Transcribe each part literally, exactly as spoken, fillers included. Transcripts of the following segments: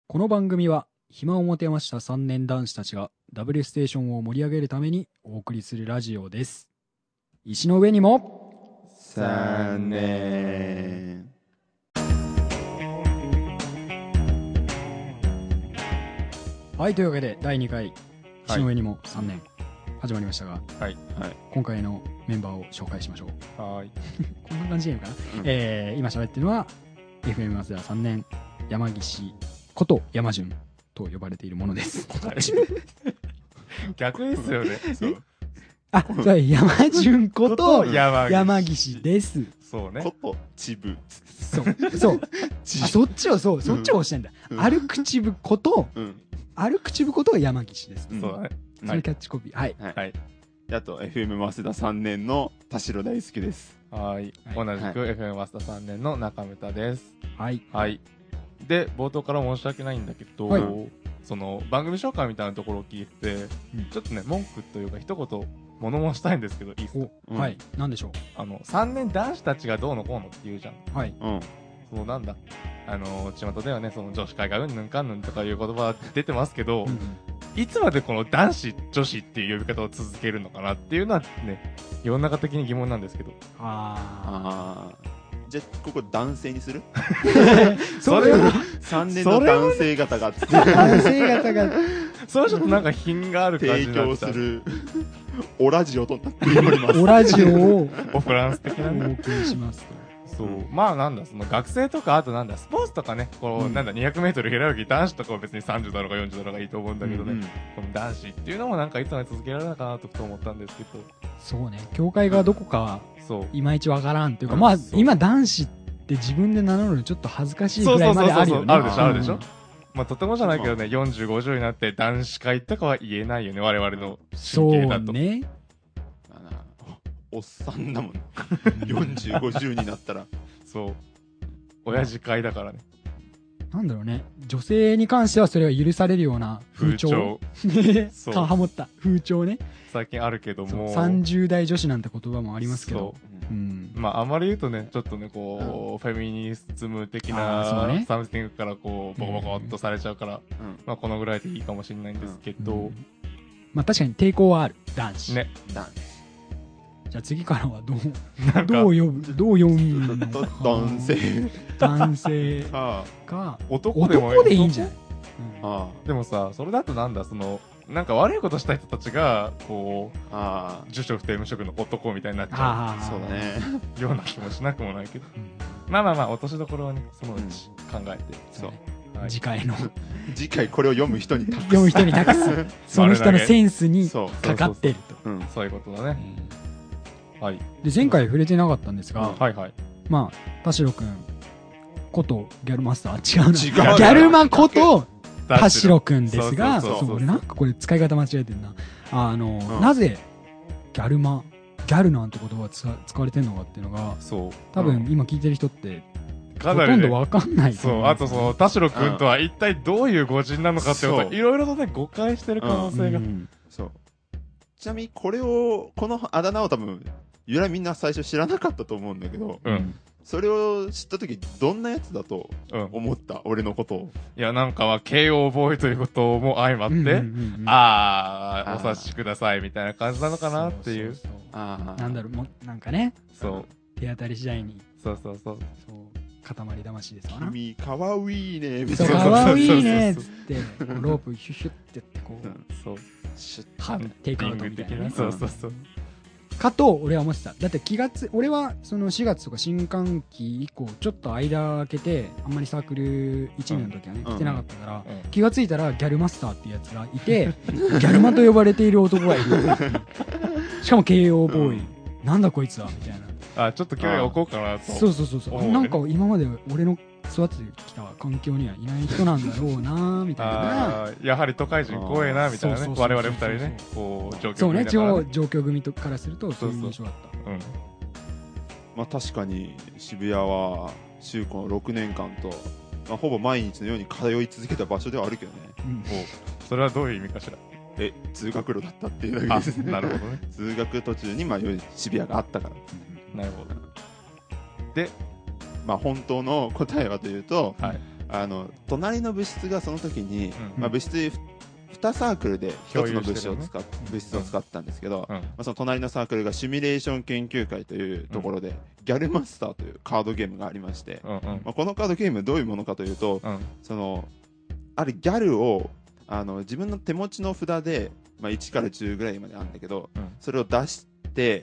この番組は暇を持て余したさんねん男子たちがダブルステーションを盛り上げるためにお送りするラジオです。石の上にもさんねん。 はい、というわけでだいにかい石の上にもさんねん始まりましたが、 はい、はい、 今回のメンバーを紹介しましょう。 はい。 こんな感じでいいのかな、うん、えー、今喋ってるのは エフエム 早稲田さんねん山岸こと山潤と呼ばれているものです。 逆ですよね。そうあ、そう山潤こと山岸です。 そうね。 ことちぶ。 そうそう。あ、そっちをそうそっちを押してんだ。うん、歩くちぶこと、うん、歩くちぶこと山岸です。 うん、そうだね。 それキャッチコピー。はい。 はい。はい、あと エフエム 早稲田さんねんの田代大輔です。 はい。同じく エフエム 早稲田さんねんの中村です。 はい。 はい。で冒頭から申し訳ないんだけど、はい、その番組紹介みたいなところを聞いて、うん、ちょっとね文句というか一言物申したいんですけどいいですか？ うん、はい。なんでしょう。 あのさんねん男子たちがどうのこうのって言うじゃん。 はい。 うん。そうなんだ。あの巷ではねその女子会がうんぬんかんぬんとかいう言葉出てますけど、うん、いつまでこの男子女子っていう呼び方を続けるのかなっていうのはね世の中的に疑問なんですけど。 ああ。じゃあここ男性にする？ それはさんねんの男性方が男性方がそれはちょっとなんか品がある感じになっちゃう。 提供するオラジオとなっております。 オラジオをフランス的なお送りしますと。 そう、まあなんだその学生とかあとなんだスポーツとかねこう、うん、なんだ にひゃくメートル 平泳ぎ男子とかは別にさんじゅうだろうがよんじゅうだろうがいいと思うんだけどね、うんうん、この男子っていうのもなんかいつまで続けられるのかなとふと思ったんですけど。 そうね協会がどこかそういまいちわからんというか、うん、まあ今男子って自分で名乗るのちょっっと恥ずかしいぐらいまであるよね。 あるでしょあるでしょ、うん、まあとてもじゃないけどねよんじゅう、ごじゅうになって男子会とかは言えないよね我々の神経だと。 そうねおっさんだもんよんじゅう、ごじゅうになったらそう親父会だからね。 なんだろうね女性に関してはそれが許されるような風潮そうハモった風潮ね最近あるけどもさんじゅう代女子なんて言葉もありますけど、 うん、まああまり言うとねちょっとねこう、うん、フェミニズム的な、ね、サムティングからこうボコボコっとされちゃうから、うん、まあこのぐらいでいいかもしれないんですけど、うんうん、 まあ確かに抵抗はある男子ね男子。 じゃあ次からはどうどう呼ぶどう呼ぶのか男性男性か男でも男でいいんじゃない、 うん、ああでもさそれだとなんだそのなんか悪いことした人たちがこうあ住所不定無職の男みたいになっちゃうそうだねような気もしなくもないけど、うん、まあまあまあ落としどころはねそのうち考えて、うん、 そう、はい、次回の次回これを読む人に託す読む人に託すその人のセンスにかかってるとそういうことだね、うん、はいで前回触れてなかったんですが、 うん、はいはいまあ田代くんことギャルマスター違うな違うギャルマこと田代くんですが、俺なんかこれ使い方間違えてるな。あの、うん、なぜギャルマ、ギャルなんて言葉が使われてるのかっていうのが、そう多分今聞いてる人ってほとんどわかんない、ね。 そう、あとその田代くんとは一体どういう語人なのかっていうこといろいろとね誤解してる可能性が、うんうん。 そう。ちなみにこれをこのあだ名を多分由来みんな最初知らなかったと思うんだけど。うんそれを知った時どんなやつだと思った、うん、俺のことを。 いやなんかは慶応ボーイということも相まって、うんうんうんうん、ああお察しくださいみたいな感じなのかなっていう。そうそうそうあなんだろうもなんかねそう手当たり次第にそうそうそうそう塊魂ですわな。 君かわいいねみたいな。かわいいねっつってロープヒュヒュってやってこう、うん、 そうシュッテイクアウトみたいな、ね、 そうそうそうかと俺は思ってた。だって気がつ俺はそのしがつとか新歓期以降ちょっと間空けてあんまりサークルいちねんの時はね、うん、来てなかったから、うん、気がついたらギャルマスターっていうやつがいてギャルマと呼ばれている男がいるしかも慶応ボーイ、うん、なんだこいつはみたいなあちょっと距離置こうかなとそうそうそうそう、ね、なんか今まで俺の育ってきた環境にはいない人なんだろうなみたいなあやはり都会人怖えなみたいなね我々二人ねこう状況組だから、ね、 そうね状況組とからするとそういう印象だった。 うん、 まあ確かに渋谷は中高のろくねんかんと、まあ、ほぼ毎日のように通い続けた場所ではあるけどね、 うん、それはどういう意味かしら。 え通学路だったっていうだけです。 なるほどね通学途中にまあ渋谷があったから、 うん、なるほど。でまあ本当の答えはというと、はい、 あの隣の部室がその時に、 うんまあ、部室にサークルで一つの部室を共有してるよね使っ、部室を使ってたんですけど、 うんまあ、その隣のサークルがシミュレーション研究会というところで、うん、ギャルマスターというカードゲームがありまして、 うんうんまあ、このカードゲームどういうものかというと、 うん、 そのあるギャルをあの自分の手持ちの札で、まあ、いちからじゅうぐらいまであるんだけど、うん、それを出して、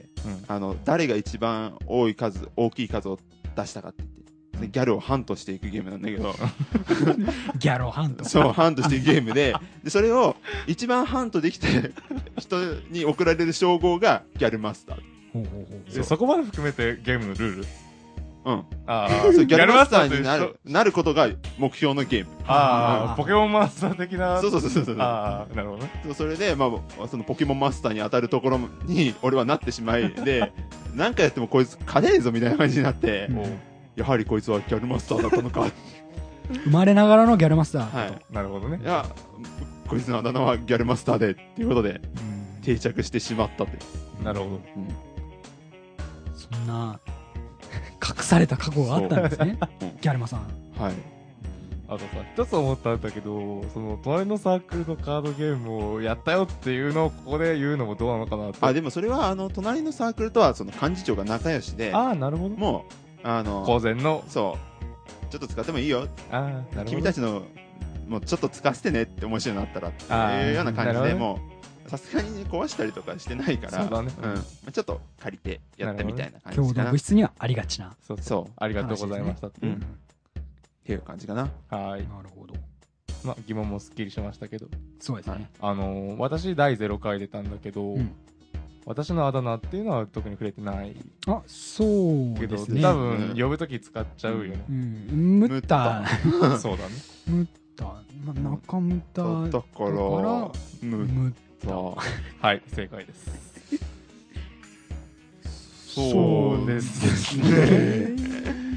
うん、あの誰が一番多い数大きい数を出したかって言ってギャルをハントしていくゲームなんだけどギャルをハントそうハントしていくゲームで、でそれを一番ハントできた人に贈られる称号がギャルマスター。 ほうほうほう。 そ, そこまで含めてゲームのルール、 うん、 あそうギャルマスターになるなることが目標のゲーム。 ああ、ポケモンマスター的な。 そうそうそうそう。 ああ、なるほどね。 そう、それで、まあ、そのポケモンマスターに当たるところに俺はなってしまいで何回やってもこいつ勝てねえぞみたいな感じになって、うん、やはりこいつはギャルマスターだったのか生まれながらのギャルマスター。 はい。 なるほどね。 いや、こいつのあだ名はギャルマスターでっていうことで定着してしまったって。 なるほど。うん、 そんな隠された過去があったんですね、うん、ギャルマさん。 はい。 あとさ、一つ思ったんだけど、その隣のサークルのカードゲームをやったよっていうのをここで言うのもどうなのかなって。 あ、でもそれはあの隣のサークルとはその幹事長が仲良しで、 ああ、なるほど。 もうあの公然の、 そうちょっと使ってもいいよ、 あ、なるほど、 君たちのもうちょっと使わせてねって面白いのあったらっていうような感じで、もうさすがに壊したりとかしてないから、 そうだね、 うん、ちょっと借りてやったみたいな感じかな。 共同部室にはありがちな。 そうそう、そう、ありがとうございましたっていう、うん、 っていう感じかな。 はい、 なるほど。 まあ、疑問もすっきりしましたけど。 そうですね、はい、 あのー、私だいゼロかい出たんだけど、うん、私のあだ名っていうのは特に触れてない。 あ、そうですね。 多分呼ぶとき使っちゃうよね。 うん、ムッタそうだね。 ムッタ、まあ、中ムタだだからムッタ。 はい、正解です。 そうですね。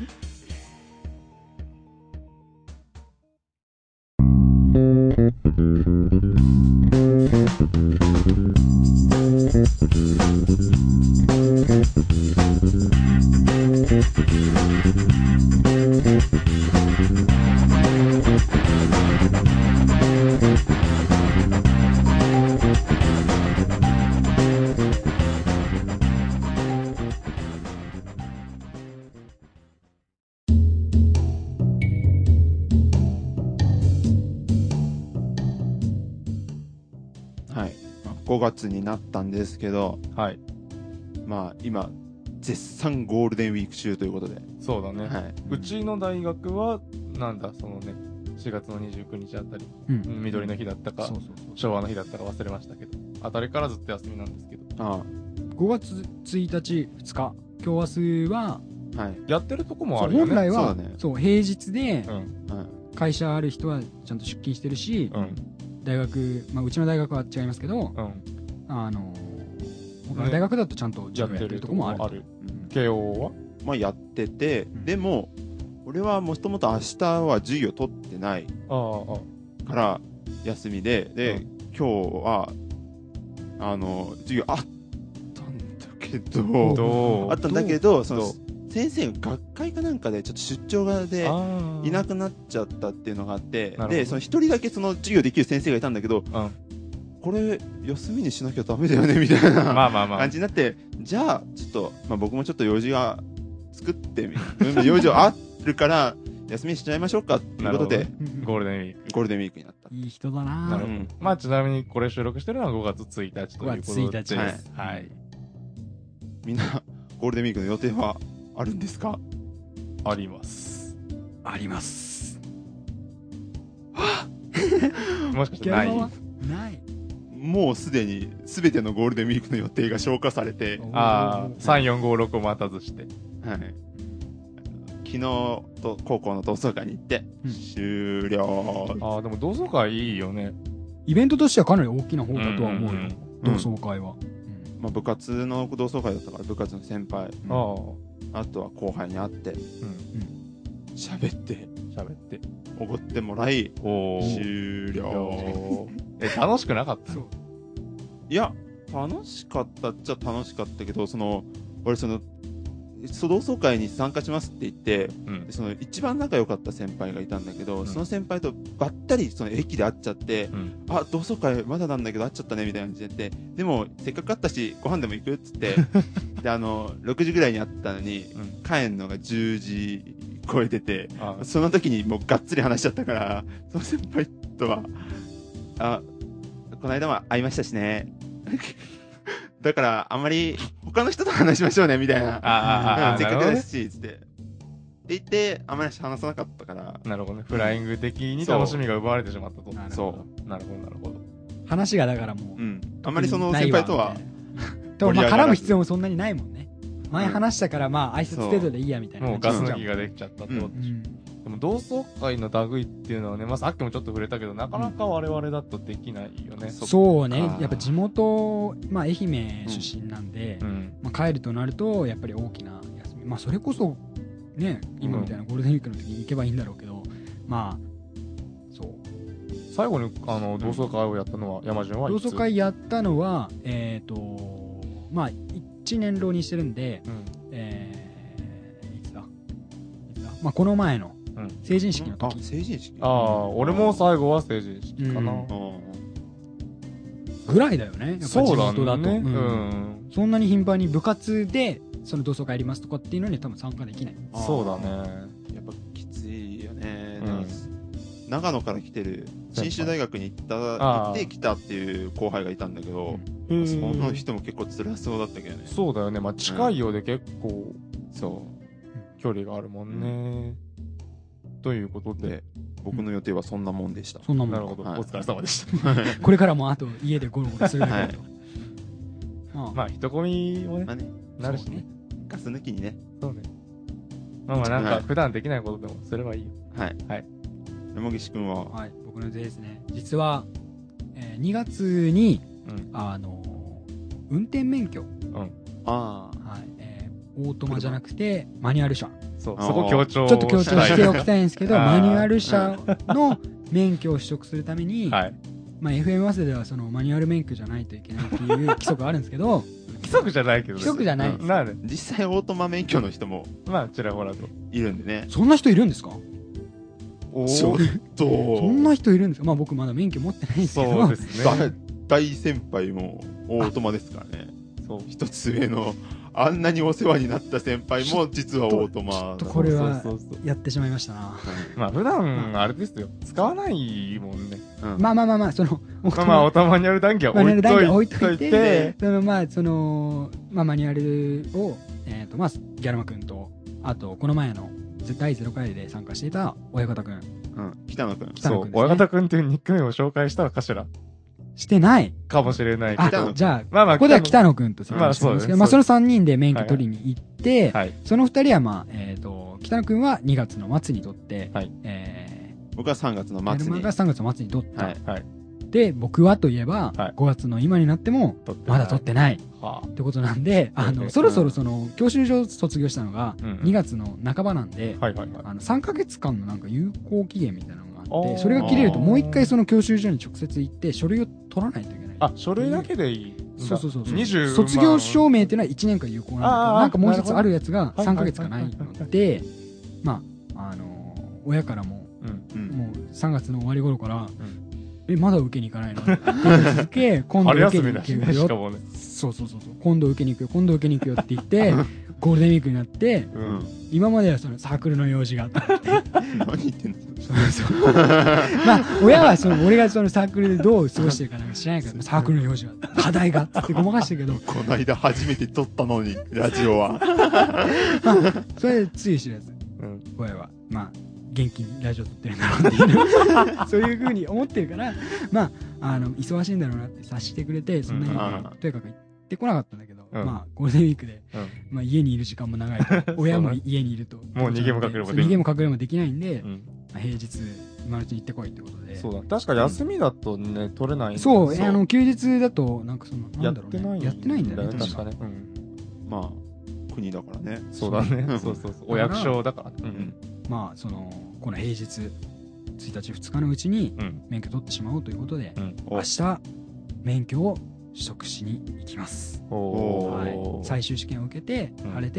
ごがつになったんですけど、 はい、 まあ今絶賛ゴールデンウィーク中ということで。 そうだね、 はい、 うちの大学はなんだそのねしがつのにじゅうくにちあたり、うん、緑の日だったか、そうそうそう、昭和の日だったか忘れましたけど、あたりからずっと休みなんですけど、 ああごがつついたちふつか今日明日は、 はい、やってるとこもあるよね。 本来はそうだね、 そう平日で、 うん、 会社ある人はちゃんと出勤してるし、うん、大学、まあ、うちの大学は違いますけど、うん、あの他の大学だとちゃんと授業やってるとこもある。 ある。慶応は、 まあ、やってて、うん、でも俺はもともと明日は授業取ってないから休みで、で、うん、今日はあの授業あったんだけどあったんだけどその先生が学会かなんかでちょっと出張がでいなくなっちゃったっていうのがあって、でその一人だけその授業できる先生がいたんだけど、うん、これ休みにしなきゃダメだよねみたいなまあまあまあ感じになって、じゃあちょっと、まあ、僕もちょっと用事が作ってみ用事あるから休みにしちゃいましょうかっていうことでゴールデンウィークゴールデンウィークになった。 いい人だな。 なるほど、うん、まあちなみにこれ収録してるのはごがつついたちということで、 ごがつついたちです、 はい、はい、 みんなゴールデンウィークの予定はあるんですか？ ありますありますもしかしてない？ ないもうすでに全てのゴールデンウィークの予定が消化されて、 ああさん、よん、ご、ろくを待たずして、 はい、昨日と高校の同窓会に行って、うん、終了。 ああでも同窓会いいよね。 イベントとしてはかなり大きな方だとは思うよ、うんうんうん、同窓会は、 うんまあ、部活の同窓会だったから部活の先輩、うん、あとは後輩に会って喋、うん、って喋っておごってもらい終了。 え楽しくなかった？ そういや楽しかったっちゃ楽しかったけど、その俺そのそう同窓会に参加しますって言って、 うん、 その一番仲良かった先輩がいたんだけど、 うん、 その先輩とばったりその駅で会っちゃって、うん、あ、同窓会まだなんだけど会っちゃったねみたいな感じで、でもせっかく会ったしご飯でも行くっつってで、あのろくじぐらいに会ったのに、うん、帰るのがじゅうじ超えてて、その時にもうがっつり話しちゃったから、その先輩とは、あ、この間は会いましたしねだからあんまり他の人と話しましょうねみたいな、ああ、せっかくですしつってって言ってあんまり話さなかったから。 なるほどね。フライング的に楽しみが奪われてしまったと。 そう。 なるほどなるほど。 話がだからもう、 うん、あんまりその先輩とはでもまあ絡む必要もそんなにないもんね。前話したからまあ挨拶程度でいいやみたいな。 もうガス抜きができちゃったってことでしょ。うん、でも同窓会の類っていうのはね、まあ、さっきもちょっと触れたけどなかなか我々だとできないよね。うん、 そ, そうね。やっぱ地元、まあ、愛媛出身なんで、うん、まあ、帰るとなるとやっぱり大きな休み、まあ、それこそね今みたいなゴールデンウィークの時に行けばいいんだろうけど、まあそう最後にあの同窓会をやったのは、うん、山潤はいつ？ 同窓会やったのはえっ、ー、とまあいちねん浪人してるんで、うん、えー、いつだいつだまあこの前の成人式の時、 うん、あ成人式ああ俺も最後は成人式かな、うん、 ぐらいだよねやっぱ地元だとそうだね、 うん、そんなに頻繁に部活でその同窓会やりますとかっていうのに多分参加できない。 そうだねやっぱきついよね、うん、長野から来てる信州大学に行った行ってきたっていう後輩がいたんだけど、うん、その人も結構辛そうだったけどね。 そうだよね、まあ、近いようで結構、うん、そう距離があるもんね、うんということで僕の予定はそんなもんでした。 そんなもん。 なるほど、はい、お疲れ様でしたこれからもあと家でゴロゴロするだけだと、はい、 まあ、まあ人混みもね、まあ、ねなるしねガス抜きにね。 そうね。まあまあなんか普段できないことでもすればいいよ。 はいはい山岸君は。 はい僕の予定ですね。実は、えー、にがつに、うん、あの運転免許、うん、 ああはいえー、オートマじゃなくてマニュアル車、 そうそこ強調ちょっと強調しておきたいんですけどマニュアル車の免許を取得するために、はいまあ、エフエム 早稲田ではそのマニュアル免許じゃないといけないっていう規則があるんですけど規則じゃないけど、ね、 規則じゃないです、うん、な実際オートマ免許の人もまあちらほらといるんでね。 そんな人いるんですか？ おちょっとそんな人いるんですか？まあ僕まだ免許持ってないんですけどそうですね大先輩もオートマですからね。そう一つ上のあんなにお世話になった先輩も実はオートマ。ちょっとこれはやってしまいましたな。 まあ普段あれですよ使わないもんね、 うん、まあまあまあまあそのまあまあオートマニュアル談義は置いといて、置いといてそのまあそのまあマニュアルをえっとまあギャルマ君とあとこの前のだいゼロ回で参加していた親方君、 うん、北野君、 そう親方君っていうニックネームを紹介したかしら。 してないかもしれないけど。 あ、じゃあ、まあまあ、ここでは北野くんと説明してますけど、まあそのさんにんで免許取りに行って、はいはい、そのふたりはまあ、えっ、ー、と、北野くんはにがつの末に取って、はい、えー、僕はさんがつの末に。 僕がさんがつの末に取った。はいはい、で、僕はといえば、はい、ごがつの今になっても、まだ取ってない。はあ、ってことなんで、あの、そろそろその、教習所卒業したのが、にがつの半ばなんで、はいはいはい、あのさんかげつかんのなんか有効期限みたいなのがあって、それが切れるともう一回その教習所に直接行って、書類を取らないといけない。 あ、書類だけでいい。 そうそうそうそう。卒業証明っていうのはいちねんかん有効なんだけど、なんかもう一つあるやつがさんかげつかないので、まあ、あのー、親からも、うん、もうさんがつの終わり頃から、うん、え、まだ受けに行かないのって続け、今度受けに行くよ。 ね、しかもね。 そうそうそうそう。今度受けに行くよ、今度受けに行くよって言って、ゴールデンウィークになって、うん、今まではそのサークルの用事があった。 何言ってんの？ そうそうまあ親はその俺がそのサークルでどう過ごしてるかなんか知らないからサークルの用事が課題がってごまかしてるけどこの間初めて撮ったのにラジオはまあそれでつい知らず、うん、親はまあ元気にラジオ撮ってるんだろうっていうそういう風に思ってるからまああの忙しいんだろうなって察してくれてそんなに、うん、とにかく言ってこなかったんだけど、うん、まあゴールデンウィークで、うんまあ、家にいる時間も長いと親も家にいるともう逃げも隠れもできない逃げも隠れもできないんで、うん平日今のうちに行ってこいってことで。 そうだ確か休みだとね、うん、取れないんだそう、あの休日だとなんかそのなんだろう、ね、やってないんだよね確かね、うん、 まあ国だからねそうだねそうそうそうお役所だから、うんうん、 まあそのこの平日ついたちふつかのうちに免許取ってしまおうということで、うん、明日免許を取得しに行きます、はい、最終試験を受けて、うん、晴れて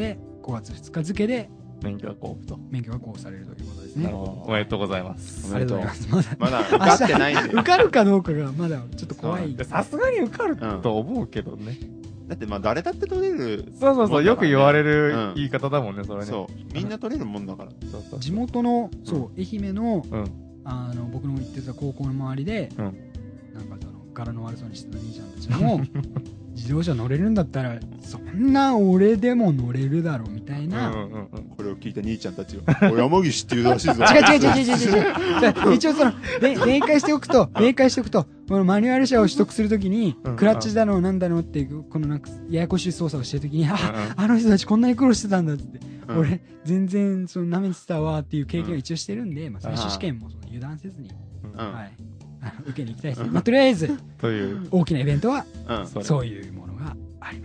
ごがつふつか付で免許が交付と。 免許が交付されるということですね。 なるほど。おめでとうございます。 ありがとうございます。 まだ、まだ受かってないんで。 受かるかどうかがまだちょっと怖い。 さすがに受かると思うけどね。 うん、だってまあ誰だって取れる、ね。 そうそうそう、よく言われる言い方だもんね、それね。 そう。みんな取れるもんだから。そうそう地元の、そう、愛媛の、 うん、 あの、僕の行ってた高校の周りで、うん、なんかその、柄の悪そうにしてた兄ちゃんたちも、自動車乗れるんだったら、そんな俺でも乗れるだろうみたいな。 うんうんうん、これを聞いた兄ちゃんたちは、お山岸っていうらしいぞ。 違う違う違う違う違う違う。一応その、明解しておくと、明解しておくと、このマニュアル車を取得するときに、クラッチだのなんだのっていう、このなんか、ややこしい操作をしてるときに、あ、あの人たちこんなに苦労してたんだって。うん、俺、全然、その、舐めてたわっていう経験を一応してるんで、まあ、最終試験もその油断せずに、うん、はい。受けに行きたいですね。まあ、とりあえず、 という、 大きなイベントは、うん、そういうものがあります。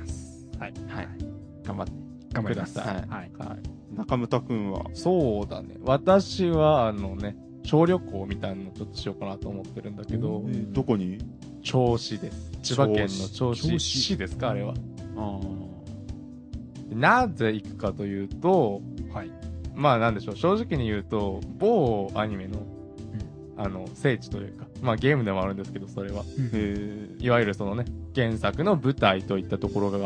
はい。はい。頑張って。 頑張ります。 はい。はい。 中村くんはそうだね。私は、あのね、小旅行みたいなのちょっとしようかなと思ってるんだけど、 えー、どこに？ 銚子です。千葉県の銚子市ですか、あれは。あなぜ行くかというと、はい。まあなんでしょう、正直に言うと、某アニメの、あの、聖地というか、まあゲームでもあるんですけど、それは。へいわゆるそのね、原作の舞台といったところが、うん、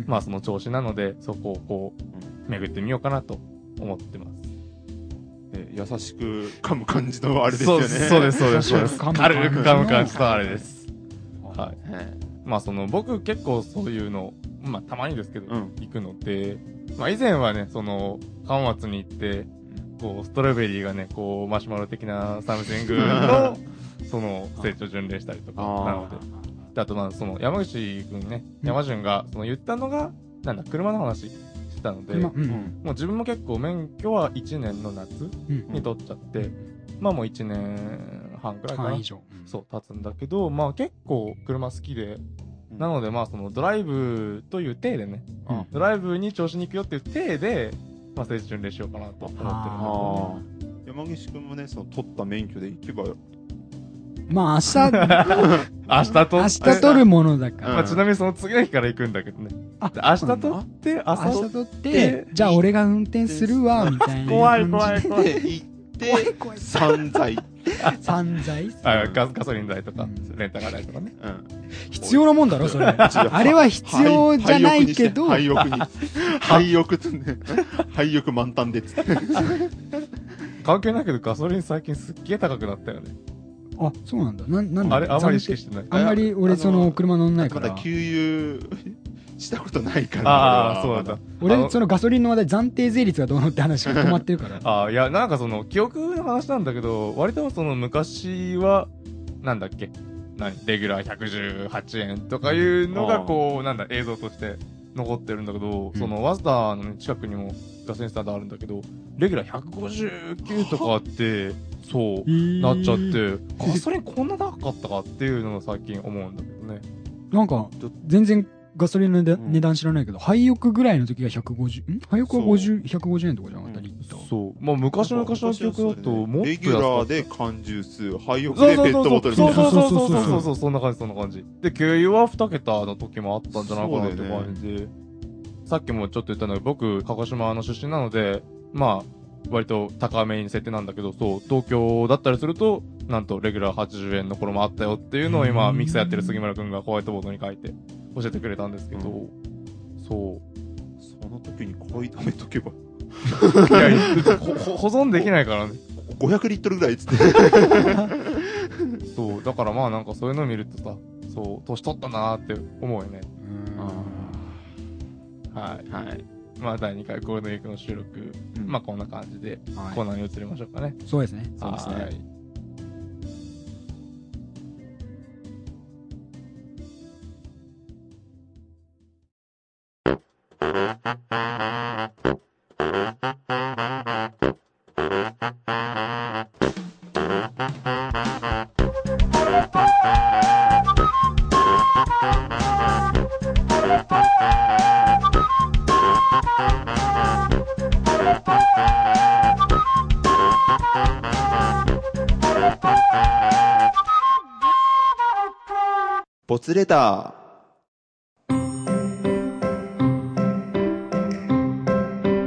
まあその調子なので、そこをこう、巡ってみようかなと思ってます。 えー、優しく噛む感じのあれですよね。 そうです、そうです、そうです。軽く噛む感じのあれです。はい。まあその、僕結構そういうの、まあたまにですけど、うん、行くので、まあ以前はね、その、浜松に行って、こう、ストロベリーがね、こう、マシュマロ的なサムシングの、その、成長巡礼したりとか、なので。で、あと、まあ、その、山口くんね、うん、山潤が、その、言ったのが、なんだ、車の話してたので、うん、もう自分も結構免許はいちねんの夏に取っちゃって、うん、まあもういちねんはんくらいかな。以上。そう、経つんだけど、まあ結構車好きで、うん、なので、まあその、ドライブという体でね、うん、ドライブに調子に行くよっていう体で、まあ、聖地巡礼しようかなと思ってるんだけど、ね、 山岸くんもね、その取った免許で行けば、 まあ明日、明日取って、 明日取るものだから。 まあちなみにその次の日から行くんだけどね。あ、明日取って、 朝明日取って、じゃあ俺が運転するわ、みたいな。 怖い怖い怖い。 行って、散財。 散財あガ、ガソリン代とか、うん、レンタカー代とかね。うん。 必要なもんだろ、それ。あれは必要じゃないけど。 廃屋に。廃屋とね。廃屋満タンでつって。 関係ないけどガソリン最近すっげえ高くなったよね。 あ、そうなんだ。な、なんだあれ、あんまり意識してない。 あんまり俺その車乗んないから。 まだ給油したことないから。 ああ、そうなんだ。 俺、そのガソリンの話題、暫定税率がどうのって話が止まってるから。 ああ、いや、なんかその、記憶の話なんだけど、割とその昔は、なんだっけ何レギュラーひゃくじゅうはちえんとかいうのがこう、なんだ、映像として残ってるんだけど、うん、その、ワスダーの近くにもガソリンスタンドあるんだけど、レギュラーひゃくごじゅうきゅうとかあって、そう、なっちゃって、ガソリンこんな高かったかっていうのを最近思うんだけどね。 なんか、全然ガソリンの値段知らないけど、廃屋ぐらいの時がひゃくごじゅう、ん廃屋はごじゅう、ひゃくごじゅうえんとかじゃなかったリッター。 そう。まあ昔々の記憶だと、もっとレギュラーで缶ジュース、廃屋でペットボトルみたいな。 そうそうそうそうそうそう、そんな感じ、そんな感じ。で、給油はに桁の時もあったんじゃないかなって感じで。さっきもちょっと言ったのが、僕、鹿児島の出身なので、まあ、割と高めに設定なんだけど、そう、東京だったりすると、なんとレギュラーはちじゅうえんの頃もあったよっていうのを今、ミキサーやってる杉村くんがホワイトボードに書いて教えてくれたんですけど、うん、そう。 その時に買い溜めとけば。 いや、保存できないからね。 ごひゃくリットルぐらいっつって。 そう、だからまあなんかそういうのを見るとさ、そう、年取ったなーって思うよね。うん。はい。はい。まあ、だいにかいゴールデンウィークの収録、うん、まあこんな感じで、はい、コーナーに移りましょうかね。 そうですね。そうですね。はい。 ボツレター。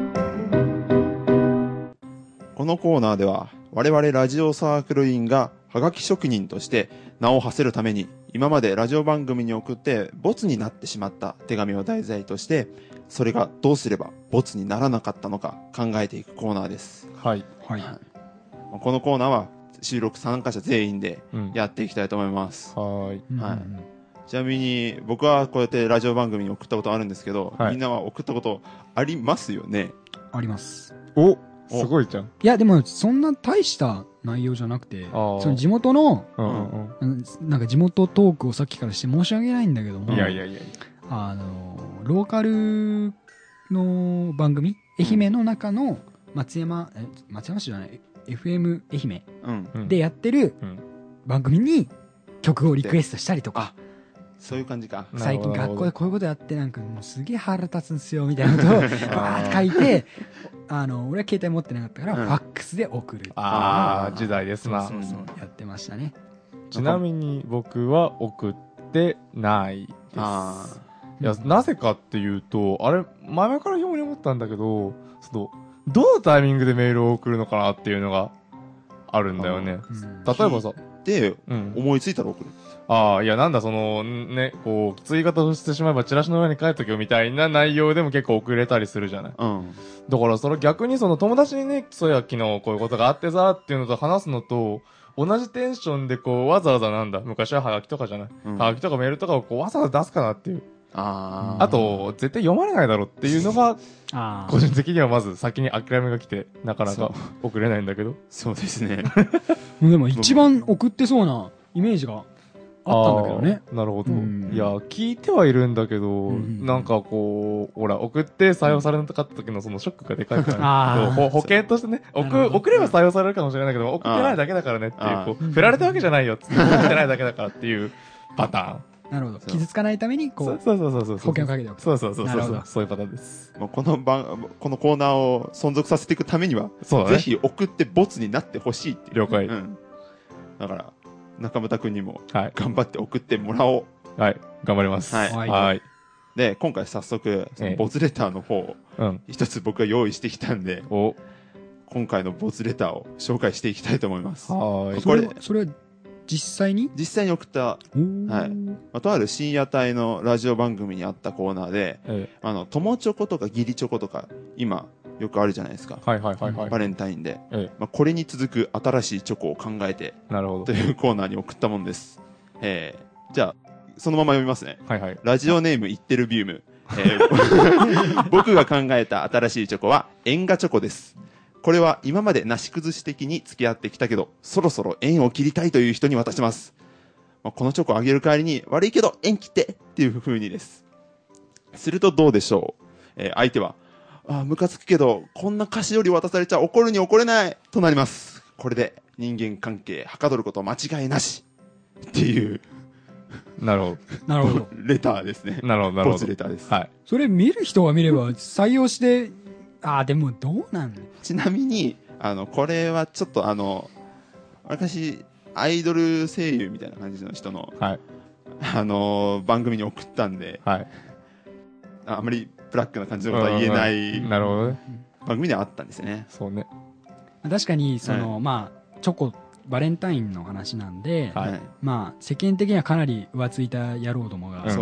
のコーナーでは我々ラジオサークル員がはがき職人として名を馳せるために今までラジオ番組に送ってボツになってしまった手紙を題材としてそれがどうすればボツにならなかったのか考えていくコーナーです。 はい。 はい。 このコーナーは収録参加者全員でやっていきたいと思います。 うん、はい。 はい。ちなみに僕はこうやってラジオ番組に送ったことあるんですけど、はい、みんなは送ったことありますよね？ あります。 お、すごいじゃん。 いやでもそんな大した内容じゃなくて、その地元の、うんうん、なんか地元トークをさっきからして申し訳ないんだけども、 いやいやいやあのローカルの番組、愛媛の中の松山え松山市じゃない エフエム 愛媛でやってる番組に曲をリクエストしたりとか。 そういう感じか。 最近学校でこういうことやってなんかもうすげえ腹立つんすよみたいなことをバーって書いて、あの俺は携帯持ってなかったからファックスで送る。 ああ時代ですな。 そうそうやってましたね。 ちなみに僕は送ってないです。あいやなぜかっていうとあれ前々からように思ったんだけど、そのどのタイミングでメールを送るのかなっていうのがあるんだよね。例えばさ、 で思いついたら送る。 ああ、いや、なんだ、その、ね、こう、きつい言い方をしてしまえば、チラシの裏に書いとけよみたいな内容でも結構遅れたりするじゃない。うん。だから、それ逆にその友達にね、そういや、昨日こういうことがあってさ、っていうのと話すのと、同じテンションでこう、わざわざなんだ、昔はハガキとかじゃない。うん、ハガキとかメールとかをこう、わざわざ出すかなっていう。ああ。あと、絶対読まれないだろうっていうのが、あ個人的にはまず先に諦めが来て、なかなか送れないんだけど。 そうですね。 でも一番送ってそうなイメージが、あったんだけどね。 なるほど、うん。いや、聞いてはいるんだけど、うん、なんかこう、ほら、送って採用されなかった時のそのショックがでかいからね。保険としてね、送、送れば採用されるかもしれないけど、送ってないだけだからねっていう、こう、振られたわけじゃないよって、送ってないだけだからっていうパターン。 なるほど。傷つかないために、こう、 そうそうそうそう。 保険をかけておく。 そうそうそうそう。そういうパターンです。 もうこの番、このコーナーを存続させていくためには、そうだね、ぜひ送ってボツになってほしいっていう。 了解。 うん。だから、中村くんにも頑張って送ってもらおう。はい、頑張ります。 はい。はい。で、今回早速、そのボツレターの方を、一つ僕が用意してきたんで、お今回のボツレターを紹介していきたいと思います。 はい。これ、それは実際に実際に送った、はい。まあ、とある深夜帯のラジオ番組にあったコーナーで、ええ、あの、友チョコとか義理チョコとか、今、よくあるじゃないですか。 はいはいはいはい。 バレンタインで。ええ、まあ、これに続く新しいチョコを考えて、 なるほど。 というコーナーに送ったもんです。えー、じゃあ、そのまま読みますね。 はいはい。 ラジオネーム、イッテルビウム。えー、僕が考えた新しいチョコは、縁画チョコです。これは今までなし崩し的に付き合ってきたけど、そろそろ縁を切りたいという人に渡します。まあ、このチョコをあげる代わりに、悪いけど縁切ってっていう風にです。するとどうでしょう。えー、相手は、ああ、ムカつくけど、こんな菓子より渡されちゃ怒るに怒れないとなります。これで人間関係はかどること間違いなしっていう。 なるほど。 なるほど。 レターですね。 なるほど、なるほど。 ボツレターです。 はい。 それ見る人が見れば採用して、ああ、でもどうなんの？ ちなみに、あの、これはちょっとあの、私、アイドル声優みたいな感じの人の、はい、あの、番組に送ったんで、はい、あ, あまりブラックな感じのことは言えない、 なるほどね。 番組ではあったんですよね。 そうね。 確かに、その、はい、まあ、チョコ、バレンタインの話なんで、はい、まあ、世間的にはかなり浮ついた野郎どもが、うん、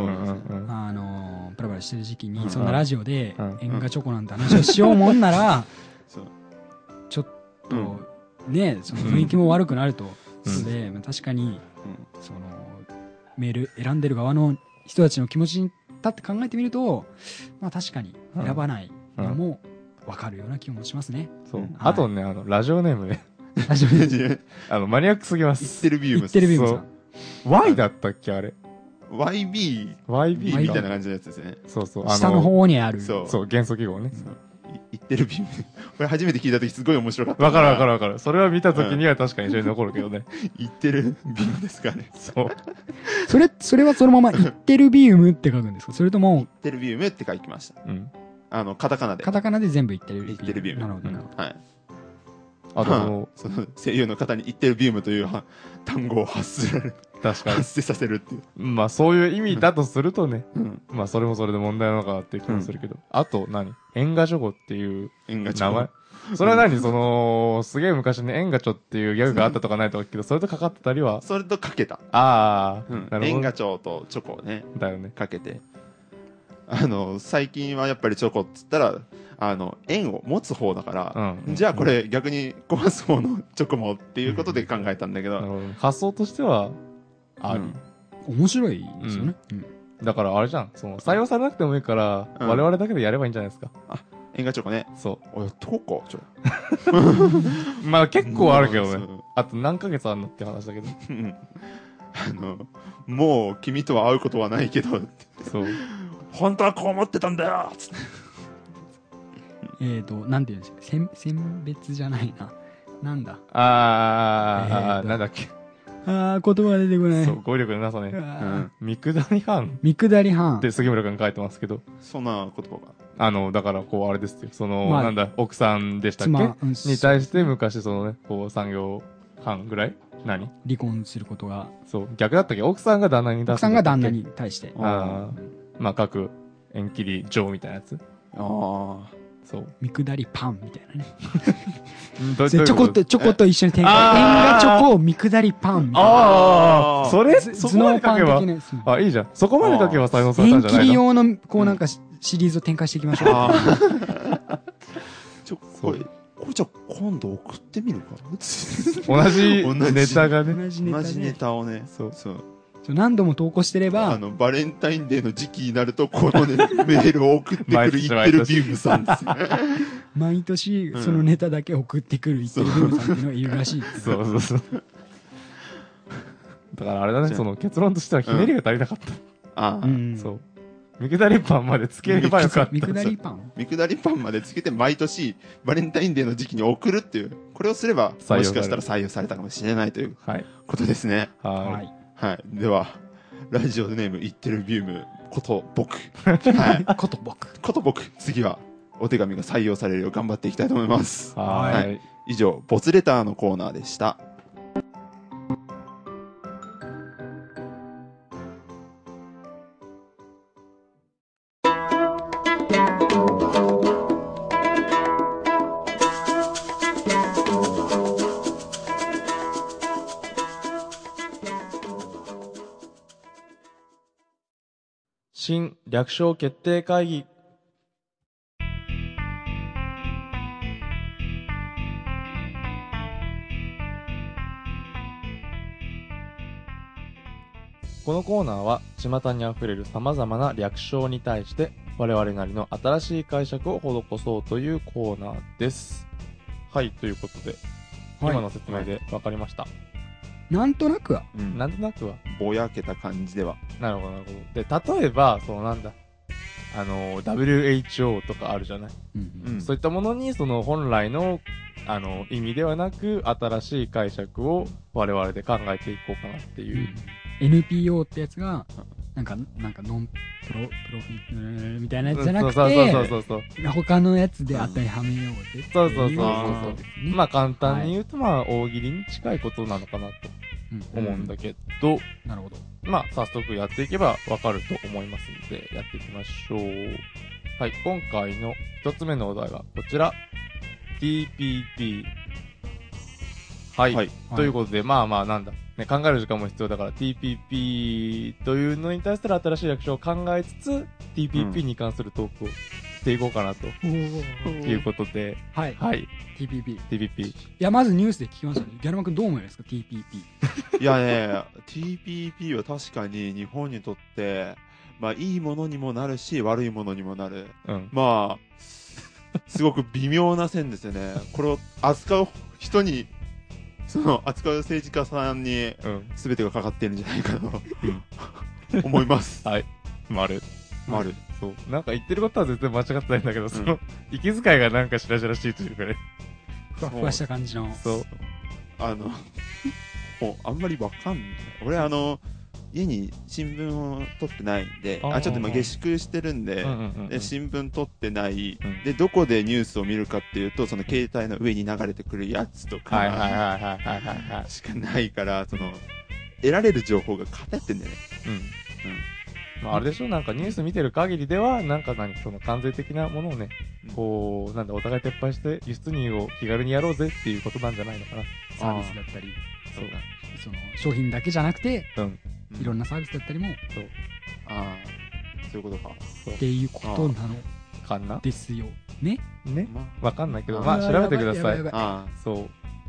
あの、プラプラしてる時期に、うん、そんなラジオで、縁画チョコなんて話をしようもんなら、ちょっと、うん、ね、その雰囲気も悪くなると。うん、で、まあ、確かに、うん、その、メール選んでる側の人たちの気持ちに立って考えてみると、まあ確かに選ばないのも分かるような気もしますね。 そう。はい、あとね、あの、ラジオネームね。ラジオネームあの、マニアックすぎます。 イッテルビウムイッテルビウムさん。 Y だったっけあれ。 ワイビー。 ワイビーみたいな感じのやつですね。 そうそう。 下の方にある。 そう。そう、元素記号ね。 イッテルビウム。これ初めて聞いたときすごい面白かった。 わかるわかるわかる。それは見たときには確かに一緒に残るけどね。 イッテルビウムですかね。 そう。 それ、それはそのままイッテルビウムって書くんですか？それとも。 イッテルビウムって書きました。うん。あの、カタカナで。 カタカナで全部イッテルビウム。 イッテルビウム。 なるほど、なるほど。 はい。あと、まあ、その声優の方にイッテルビウムという単語を発せられる。 確かに。 発生させるっていう。 まあそういう意味だとするとね。うん。まあそれもそれで問題なのかなっていう気もするけど。うん、あと何、縁画チョコっていう名前。 それは何その、すげえ昔にエンガチョっていうギャグがあったとかないとかけど、それとかかってたりはそれとかけた。 ああ、 うん。 なるほど。 エンガチョとチョコをね。 だよね。 かけて。あの、最近はやっぱりチョコっつったら、あの、円を持つ方だから、うん、じゃあこれ逆に壊す方のチョコもっていうことで考えたんだけど。 なるほど。発想としては、あり、 うん。面白いですよね。うん。 だからあれじゃん。その、採用されなくてもいいから、うん、我々だけでやればいいんじゃないですか。 あ、円がチョコね。 そう。 おや、どうか、ちょ。 まあ結構あるけどね。あと何ヶ月あんのって話だけど。 あの、もう君とは会うことはないけど、 そう。 本当はこう思ってたんだよつって。 えっと、なんて言うんですか、選、選別じゃないな。なんだ。 あー、えー、あーなんだっけ。 あー、言葉が出てこない。 そう、語彙力のなさね。うん。見下り班見下り班って杉村くん書いてますけど。 そんな言葉が。 あの、だからこう、あれですよ。その、まあ、なんだ、奥さんでしたっけ、うん、に対して昔そのね、こう、産業班ぐらい何離婚することが。 そう、逆だったっけ奥さんが旦那に出す。 奥さんが旦那に対して。 ああ。まあ、各、縁切り状みたいなやつ。 ああ。 そう。見下りパンみたいなね。 チョコと、チョコと一緒に展開。円がチョコを見下りパンみたいな。 ああ。それ、そこまで書けば。あ、いいじゃん。そこまで書けば採用されたんじゃないの？ 縁切り用の、こうなんか、シリーズを展開していきましょう。あちょ、これ、これじゃ今度送ってみるか同じネタがね。 同じネタをね。 そうそう。 何度も投稿してれば、 あの、バレンタインデーの時期になると、このね、メールを送ってくる言ってるビームさんですよ。 毎年、そのネタだけ送ってくる言ってるビームさんっていうのがいるらしい。 そうそうそう。だからあれだね、その結論としてはひねりが足りなかった。 ああ、 そう。見下りパンまでつければよかった。 見下りパン見下りパンまでつけて毎年バレンタインデーの時期に送るっていう、これをすればもしかしたら採用されたかもしれないということですね。 はい。 はい。では、ラジオネーム言ってるビュームこと僕。はい。 こと僕。 こと僕。次はお手紙が採用されるよう頑張っていきたいと思います。 はい。はい、 以上、ボツレターのコーナーでした。 新略称決定会議。このコーナーは巷にあふれる様々な略称に対して我々なりの新しい解釈を施そうというコーナーです。はい、ということで、はい、今の説明で分かりました。 なんとなくは、 うん、なんとなくはぼやけた感じでは。 なるほどなるほど。で、例えばそのなんだあの ダブリューエイチオー とかあるじゃない、うんうん、そういったものにその本来のあの意味ではなく新しい解釈を我々で考えていこうかなっていう、 うん、エヌピーオー ってやつがなんかなんかノンプロプロフィールみたいなやつじゃなくて、そうそうそうそうそう他のやつで当てはめようで、うん、 そうそうそうそう、まあ簡単に言うと、まあ大喜利に近いことなのかなと思うんだけど、うん、 なるほど。 まあ早速やっていけばわかると思いますのでやっていきましょう。はい、今回の一つ目のお題はこちら ティーピーピー。はい、はい、ということで、まあまあなんだね、考える時間も必要だから ティーピーピー というのに対する新しい略称を考えつつ ティーピーピー に関するトークをしていこうかなと、うん、いうことで、 はい、 はい、 ティーピーピーティーピーピー。いやまずニュースで聞きましたね。ギャルマ君どう思いますか ティーピーピー。いやね ティーピーピー は確かに日本にとってまあいいものにもなるし悪いものにもなる、うん、まあすごく微妙な線ですよね。これを扱う人にその扱う政治家さんに全てがかかっているんじゃないかと、うん、思います。 はい。丸。 丸。 そう。なんか言ってることは絶対間違ってないんだけど、うん、その息遣いがなんかしらじらしいというかね。 ふわふわした感じの。 そう。 あの、もうあんまりわかんない。俺あの、家に新聞を取ってないんで、あ、ちょっと今下宿してるんで、うんうんうんうん、で新聞取ってない、うん、で、どこでニュースを見るかっていうと、その携帯の上に流れてくるやつとか、 はいはいはいはいはいはい。 しかないから、その、得られる情報が偏ってんだよね。うん。うん。 まあ、あれでしょなんかニュース見てる限りでは、なんか何、その関税的なものをね、 こう、なんだ、お互い撤廃して輸出入を気軽にやろうぜっていうことなんじゃないのかな。 サービスだったり、 そうだ。 その商品だけじゃなくて、 うん。 いろんなサービスだったりも、 そう。 ああ、そういうことか。 っていうことなのかなですよね。 ね。わかんないけど、まあ調べてください。 ああ、 そう。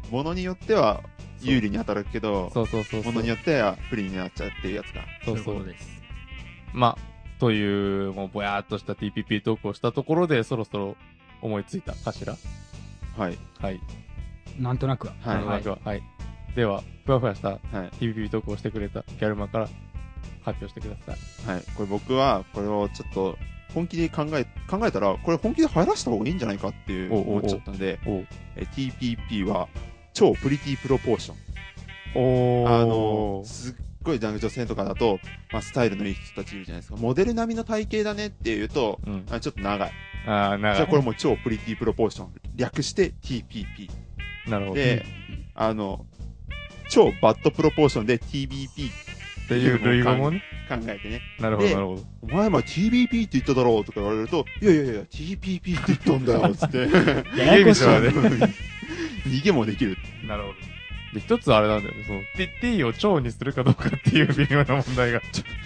ものによっては有利に働くけど、 そうそうそう。 ものによっては不利になっちゃうっていうやつか。 そうそうです。まあ、という、もうぼやーっとした ティーピーピー トークをしたところで、そろそろ思いついたかしら。 はい。 はい。 なんとなくは。 はい。 なんとなくは。はい。では、ふわふわした ティーピーピー トークをしてくれたギャルマから発表してください。 はい。これ僕は、これをちょっと、本気で考え、考えたら、これ本気で入らした方がいいんじゃないかっていう思っちゃったんで、 おうおうえ ティーピーピー は、超プリティプロポーション。 おー。 あの、すっごい女性とかだと、まあ、スタイルのいい人たちいるじゃないですか。モデル並みの体型だねって言うと、うん、あちょっと長い。 ああ、長い。 じゃあこれもう超プリティプロポーション。略して ティーピーピー。なるほど。 で、あの、超バッドプロポーションで ティービーピーっていう類語もね。 考えてね。 なるほど、なるほど。 お前ま ティービーピー って言っただろうとか言われると、いやいやいや、ティーピーピー って言ったんだよ、つって。 逃げ道はね。 逃げもできる。 なるほど。で、一つあれなんだよね。その、T を超にするかどうかっていう微妙な問題が。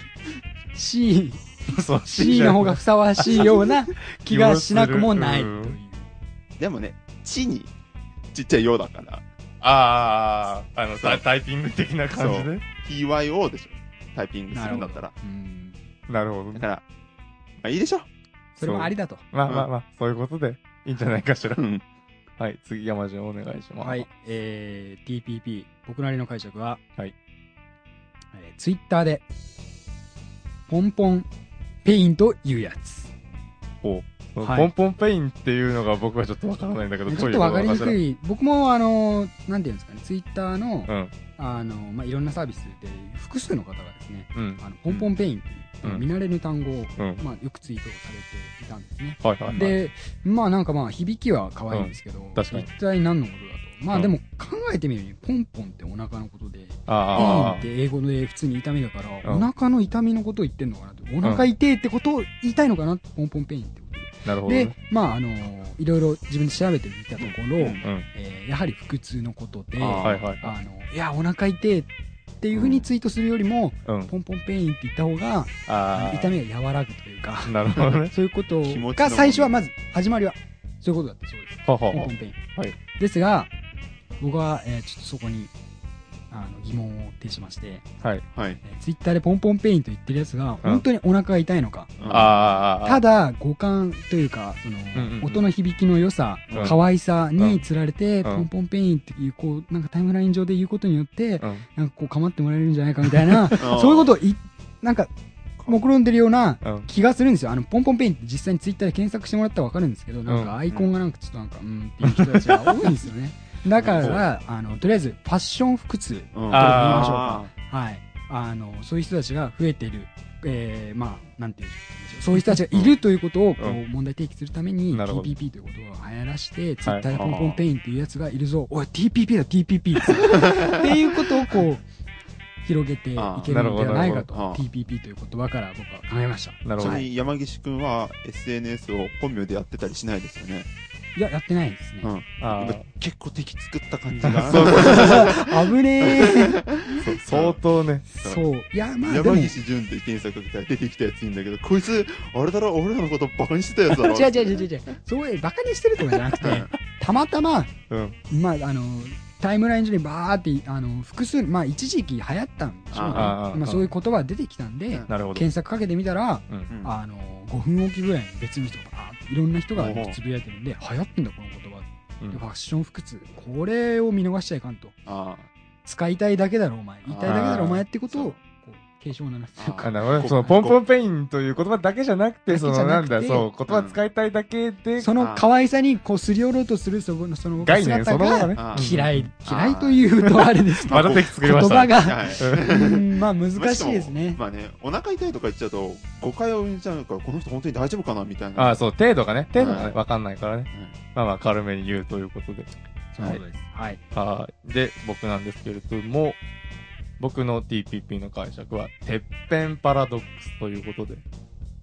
C、 そう、 C の方がふさわしいような気がしなくもない。 でもね、地にちっちゃいようだから。 ああ、あの、タイピング的な感じで。 ティーワイオー でしょ。タイピングするんだったら。 なるほど。 だから、まあいいでしょ。 それもありだと。 まあまあまあ、そういうことでいいんじゃないかしら。はい、次山順お願いします。 はい、えー、ティーピーピー、僕なりの解釈は、 はい。 えー、ツイッターで、ポンポンペインというやつ。 おはい、ポンポンペインっていうのが僕はちょっとわからないんだけど、 ちょっとわかりにくい。僕もあの、なんていうんですかね、ツイッターの、うん、あの、まあ、いろんなサービスで、複数の方がですね、うん、あのポンポンペインっていう、うん、見慣れぬ単語を、うん、まあ、よくツイートされていたんですね。 はいはいはい、 で、まあなんかまあ、響きは可愛いんですけど、うん、一体何のことだと。まあでも考えてみるに、ポンポンってお腹のことで、ペインって英語で普通に痛みだから、お腹の痛みのことを言ってんのかなと。お腹痛いってことを言いたいのかなって、ポンポンペインってことで。 なるほど、ね。 で、まああのー、いろいろ自分で調べてみたところ、うん、えー、やはり腹痛のことで、あ、はいはい、あの、いや、お腹痛いっていうふうにツイートするよりも、うん、ポンポンペインって言った方が、あ痛みが和らぐというか、 なるほどね。 そういうことが最初はまず、始まりは、そういうことだったそうです。ははポンポンペイン。はい、ですが、僕は、えー、ちょっとそこに、あの、疑問を呈しまして、 はい。はい。 えー、ツイッターでポンポンペインと言ってるやつが、本当にお腹が痛いのか。 うん、あただ、五感というか、その、うんうんうん、音の響きの良さ、うん、可愛さに釣られて、うん、ポンポンペインっていう、こう、なんかタイムライン上で言うことによって、うん、なんかこう、構ってもらえるんじゃないかみたいな、そういうことをい、なんか、目論んでるような気がするんですよ。あの、ポンポンペインって実際にツイッターで検索してもらったらわかるんですけど、なんかアイコンがなんかちょっとなんか、うんっていう人たちが多いんですよね。だから、あの、とりあえず、ファッション腹痛、うん、これ言いましょうか。はい。あの、そういう人たちが増えている、えー、まあ、なんていうんでしょう。そういう人たちがいるということを、こう、問題提起するために、ティーピーピー という言葉を流行らして、ツイッターでポンポンペインっていうやつがいるぞ。おい、ティーピーピー だ、ティーピーピー です。っていうことを、こう、広げていけるのではないかと、ティーピーピー という言葉から僕は考えました。 なるほど。ちなみに山岸くんは エスエヌエス を本名でやってたりしないですよね。 いや、やってないですね。うん、 あ結構敵作った感じが。 そうそうそう。危ねー。 相当ね。 そう。いや、まあ山岸淳って検索かけたら出てきたやついいんだけど、こいつ、あれだろ、俺らのことバカにしてたやつだろ。 違う違う違う違う。そういう、バカにしてるとかじゃなくて、たまたま、うん、まあ、あの、タイムライン上にバーって、あの、複数、まあ一時期流行ったんでしょうね。あまあそういう言葉が出てきたんで、検索かけてみたら、うん、あの、ごふんおきぐらいに別の人がバーっていろんな人がつぶやいてるんで、流行ってんだこの言葉。うん、ファッション腹痛。これを見逃しちゃいかんと。あ使いたいだけだろお前。言いたいだけだろお前ってことを、警鐘を鳴らすというか。 なるほど。そのポンポンペインという言葉だけじゃなくて、そのなんだ、そう、言葉使いたいだけで。 その可愛さにこうすり寄ろうとするその、その概念そのものね。 嫌い。嫌いというとあれですけど。 また敵作りました。 言葉が、まあ難しいですね。 まあね、お腹痛いとか言っちゃうと、誤解を生んじゃうから、この人本当に大丈夫かなみたいな。 ああ、そう、程度がね、程度がね、わかんないからね。まあまあ軽めに言うということで。 そうです。はい。 はい。で、僕なんですけれども、僕の ティーピーピー の解釈は、てっぺんパラドックスということで、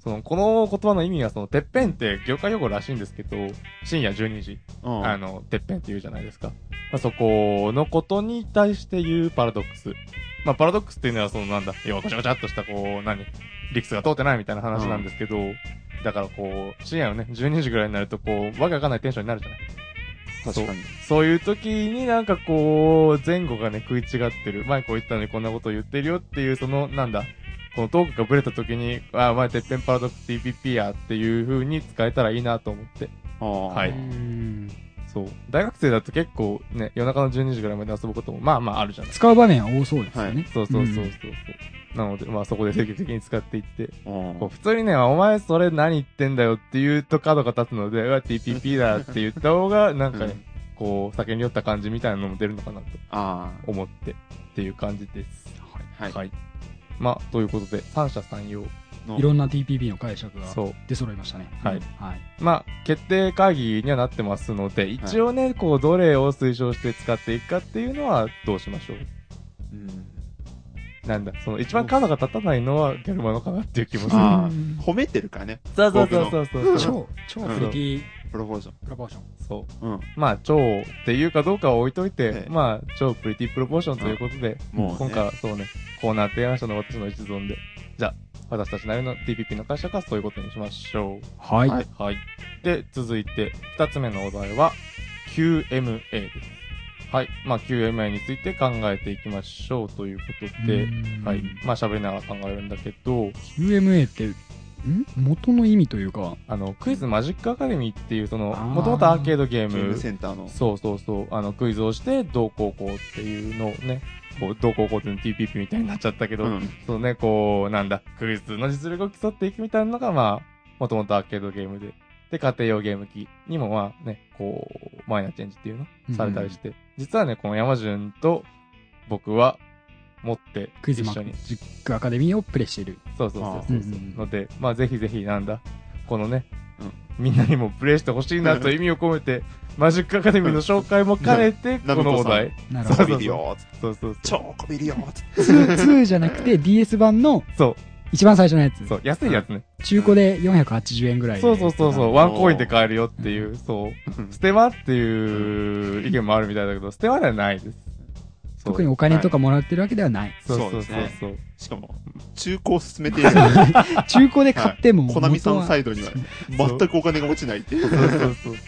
その、この言葉の意味は、その、てっぺんって業界用語らしいんですけど、深夜じゅうにじ、うん、あの、てっぺんって言うじゃないですか。まあ、そこのことに対して言うパラドックス。まあ、パラドックスっていうのは、その、なんだ、要はごちゃごちゃっとした、こう、何、理屈が通ってないみたいな話なんですけど、うん、だからこう、深夜のね、じゅうにじぐらいになると、こう、わけわかんないテンションになるじゃない。 確かに。 そういう時になんかこう、前後がね、食い違ってる。前こう言ったのにこんなことを言ってるよっていう、その、なんだ、このトークがブレた時に、あ、お前てっぺんパラドックス ティーピーピー やっていう風に使えたらいいなと思って。はい。そう。大学生だと結構ね、夜中のじゅうにじぐらいまで遊ぶこともまあまああるじゃない。 使う場面は多そうですよね。はい、 そうそうそうそうそう。なので、まあそこで積極的に使っていって、こう普通にね、お前それ何言ってんだよって言うと角が立つので、うわ、ティーピーピー だって言った方が、なんかね、うん、こう、酒に酔った感じみたいなのも出るのかなと思ってっていう感じです。はい。はい。まあ、ということで、三者三様。 いろんな ティーピーピー の解釈が出揃いましたね。 はい。はい。まあ、決定会議にはなってますので、一応ね、はい、こう、どれを推奨して使っていくかっていうのはどうしましょう。うん。なんだ、その一番角が立たないのはギャルマノかなっていう気もする。 褒めてるからね。 そうそうそうそうそう。 超、超プリティプロポーション。 プロポーション。 そう。うん。まあ、超っていうかどうかは置いといて、ええ、まあ、超プリティプロポーションということで、うん、もう、ね、今回はそうね、コーナー提案者の私の一存で、じゃあ、私たちなりの ティーピーピー の解釈はそういうことにしましょう。 はい。 はい。はい。で、続いて、二つ目のお題は、キューエムエー です。はい。まあ、キューエムエー について考えていきましょうということで、はい。まあ、喋りながら考えるんだけど、 キューエムエー って、ん元の意味というか、 あの、クイズマジックアカデミーっていう、その、もともとアーケードゲーム、 ゲームセンターの。 そうそうそう、あの、クイズをして、どうこうこうっていうのをね、こう、どうこうこうっていうの ティーピーピー みたいになっちゃったけど、うん、そうね、こう、なんだ、クイズの実力を競っていくみたいなのが、まあ、もともとアーケードゲームで、で、家庭用ゲーム機にも、まあね、こう、マイナーチェンジっていうの、されたりして、うん、実はね、この山潤と僕は、持ってクイズマジックアカデミーをプレイしている。 そうそうそうそう。うんうん、ので、まあぜひぜひなんだ、このね、うん、みんなにもプレイしてほしいなと意味を込めて、マジックアカデミーの紹介も兼ねて、このお題。 なるほど。 こびるよそうそうそう。 超こびるよツーじゃなくて ディーエス 版の、そう。一番最初のやつ。 そう、安いやつね。 中古でよんひゃくはちじゅうえんぐらいで。 そうそうそうそう、ワンコインで買えるよっていう、そう。ステマっていう意見もあるみたいだけど、ステマではないです。 特にお金とかもらってるわけではない。 そうそうそうそう。 しかも、中古を進めている。 中古で買っても。 コナミさんサイドには全くお金が落ちないっていう。 そうそうそうそうそう。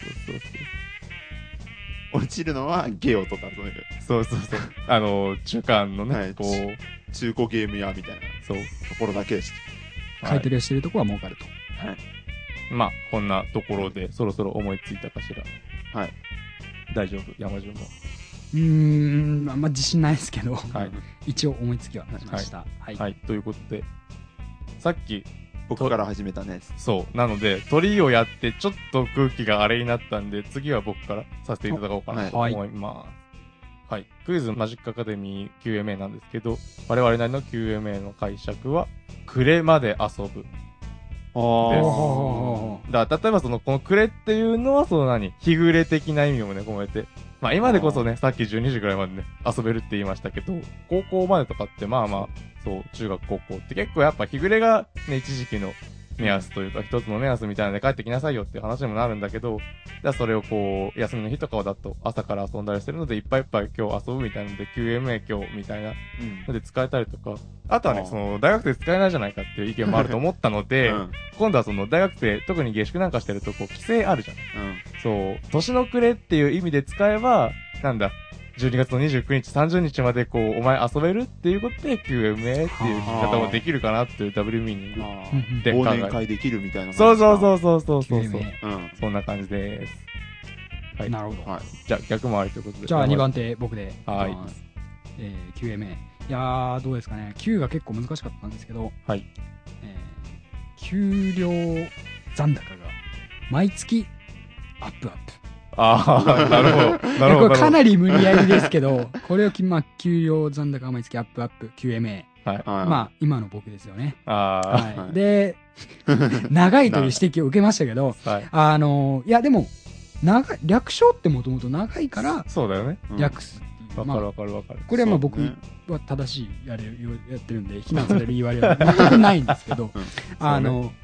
落ちるのはゲオとかそうそうそう。あの、中間のね、こう。中古ゲーム屋みたいな。そう。ところだけです。 買い取りをしてるところは儲かると。 はい。まあ、こんなところでそろそろ思いついたかしら。はい。大丈夫、山潤も。 うーん、あんま自信ないですけど、はい、一応思いつきはしました。はい。 はいはい、ということで、さっき、 僕から始めたね。 そう。なので、鳥をやって、ちょっと空気があれになったんで、次は僕からさせていただこうかなと思います。はい。クイズマジックアカデミー キューエムエー なんですけど、我々なりの キューエムエー の解釈は、暮れまで遊ぶ。ああ。だから、例えばその、この暮れっていうのは、その何日暮れ的な意味もね、込めて。まあ今でこそね、さっきじゅうにじぐらいまでね、遊べるって言いましたけど、高校までとかってまあまあ、そう、中学高校って結構やっぱ日暮れがね、一時期の目安というか、一つの目安みたいなので帰ってきなさいよっていう話にもなるんだけど、じゃあそれをこう、休みの日とかだと朝から遊んだりしてるので、いっぱいいっぱい今日遊ぶみたいなので、キューエムエー 今日みたいなので使えたりとか、あとはね、その、大学生使えないじゃないかっていう意見もあると思ったので、うん、今度はその、大学生、特に下宿なんかしてると、こう、規制あるじゃない、うん、そう、年の暮れっていう意味で使えば、なんだ、じゅうにがつのにじゅうくにち、さんじゅうにちまでこう、お前遊べるっていうことで キューエムエー っていう聞き方もできるかなっていうダブルミーニングで考え忘年会できるみたいな。 そうそうそうそうそうそう。うん。そんな感じです。 はい。なるほど。 はい。じゃあ逆回りということで。 じゃあにばん手僕で。 はい。 えー、キューエムエー。いやー、どうですかね。Q が結構難しかったんですけど、はい。えー、給料残高が毎月アップアップ。 ああ、なるほど。なるほど。 これかなり無理やりですけど、これをき、まあ、給料残高が毎月アップアップ、キューエムエー。はい。まあ、今の僕ですよね。ああ。はい。で、長いという指摘を受けましたけど、はい、あの、いや、でも、長い、略称ってもともと長いから、 そうだよね。 略す。 わかるわかるわかる。 これはまあ僕は正しいやれ、やってるんで、非難される言われは全くないんですけど、あの、